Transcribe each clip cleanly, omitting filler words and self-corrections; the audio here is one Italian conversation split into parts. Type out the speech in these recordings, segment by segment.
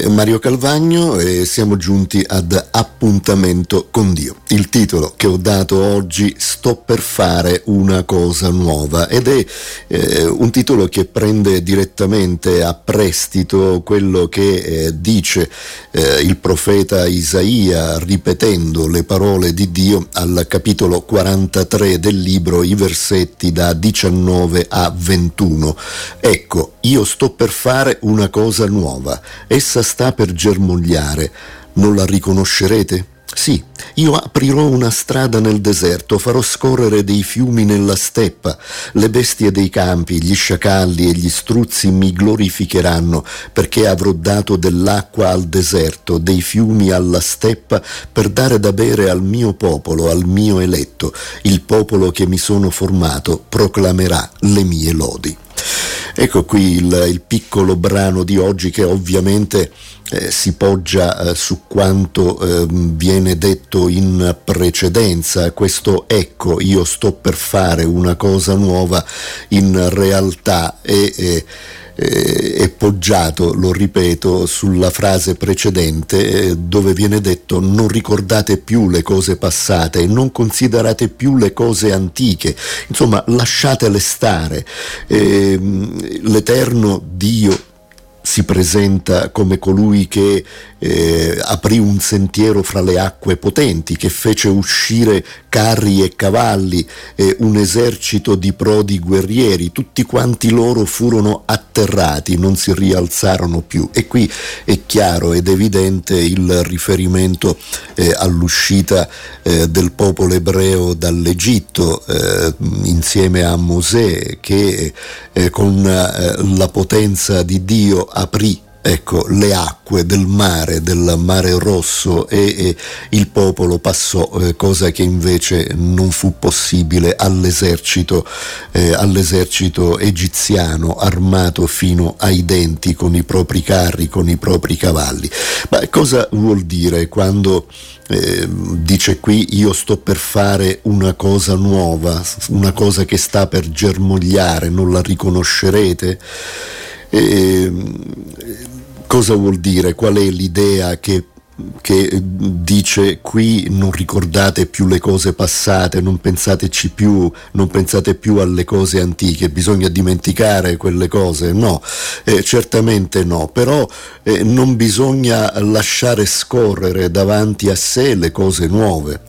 Mario Calvagno e siamo giunti ad Appuntamento con Dio. Il titolo che ho dato oggi, Sto per fare una cosa nuova, ed è un titolo che prende direttamente a prestito quello che dice il profeta Isaia ripetendo le parole di Dio al capitolo 43 del libro, i versetti da 19 a 21. Ecco, io sto per fare una cosa nuova, essa sta per germogliare, non la riconoscerete? Sì, io aprirò una strada nel deserto, farò scorrere dei fiumi nella steppa, le bestie dei campi, gli sciacalli e gli struzzi mi glorificheranno, perché avrò dato dell'acqua al deserto, dei fiumi alla steppa, per dare da bere al mio popolo, al mio eletto. Il popolo che mi sono formato proclamerà le mie lodi. Ecco qui il piccolo brano di oggi, che ovviamente si poggia su quanto viene detto in precedenza. Questo ecco, io sto per fare una cosa nuova, in realtà è poggiato, lo ripeto, sulla frase precedente dove viene detto: non ricordate più le cose passate, non considerate più le cose antiche, insomma lasciatele stare. L'Eterno Dio si presenta come colui che aprì un sentiero fra le acque potenti, che fece uscire carri e cavalli, un esercito di prodi guerrieri. Tutti quanti loro furono atterrati, non si rialzarono più. E qui è chiaro ed evidente il riferimento all'uscita del popolo ebreo dall'Egitto insieme a Mosè, che con la potenza di Dio aprì le acque del Mare Rosso, e il popolo passò, cosa che invece non fu possibile all'esercito egiziano, armato fino ai denti con i propri carri, con i propri cavalli. Ma cosa vuol dire quando dice qui io sto per fare una cosa nuova, una cosa che sta per germogliare, non la riconoscerete? Cosa vuol dire? Qual è l'idea che dice qui: non ricordate più le cose passate, non pensate più alle cose antiche, bisogna dimenticare quelle cose? No, certamente no, però non bisogna lasciare scorrere davanti a sé le cose nuove.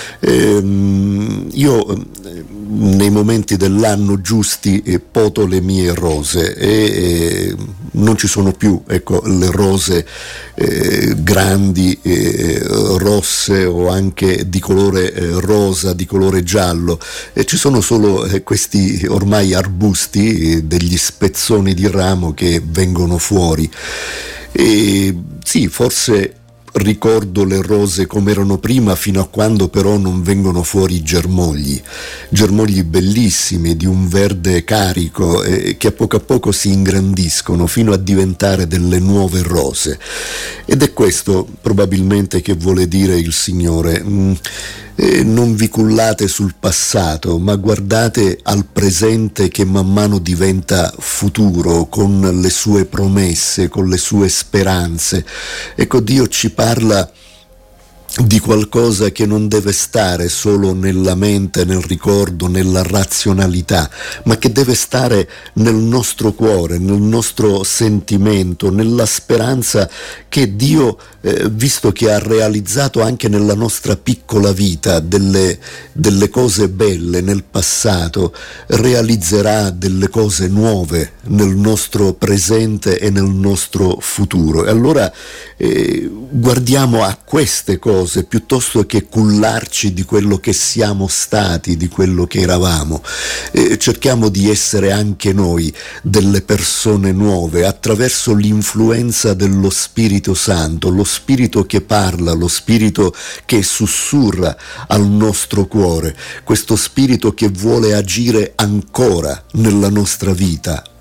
Io nei momenti dell'anno giusti poto le mie rose e non ci sono più le rose grandi, rosse o anche di colore rosa, di colore giallo, ci sono solo questi ormai arbusti, degli spezzoni di ramo che vengono fuori. E sì, forse ricordo le rose come erano prima, fino a quando però non vengono fuori i germogli bellissimi di un verde carico, che a poco si ingrandiscono fino a diventare delle nuove rose. Ed è questo probabilmente che vuole dire il Signore. Non vi cullate sul passato, ma guardate al presente che man mano diventa futuro, con le sue promesse, con le sue speranze. Ecco, Dio ci parla di qualcosa che non deve stare solo nella mente, nel ricordo, nella razionalità, ma che deve stare nel nostro cuore, nel nostro sentimento, nella speranza che Dio, visto che ha realizzato anche nella nostra piccola vita delle cose belle nel passato, realizzerà delle cose nuove nel nostro presente e nel nostro futuro. E allora guardiamo a queste cose piuttosto che cullarci di quello che siamo stati, di quello che eravamo. Cerchiamo di essere anche noi delle persone nuove attraverso l'influenza dello Spirito Santo, lo Spirito che parla, lo Spirito che sussurra al nostro cuore, questo Spirito che vuole agire ancora nella nostra vita,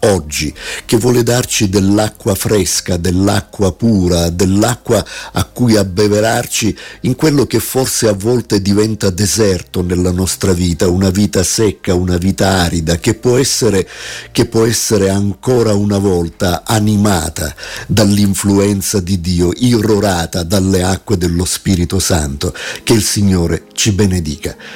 oggi, che vuole darci dell'acqua fresca, dell'acqua pura, dell'acqua a cui abbeverarci in quello che forse a volte diventa deserto nella nostra vita, una vita secca, una vita arida, che può essere ancora una volta animata dall'influenza di Dio, irrorata dalle acque dello Spirito Santo. Che il Signore ci benedica.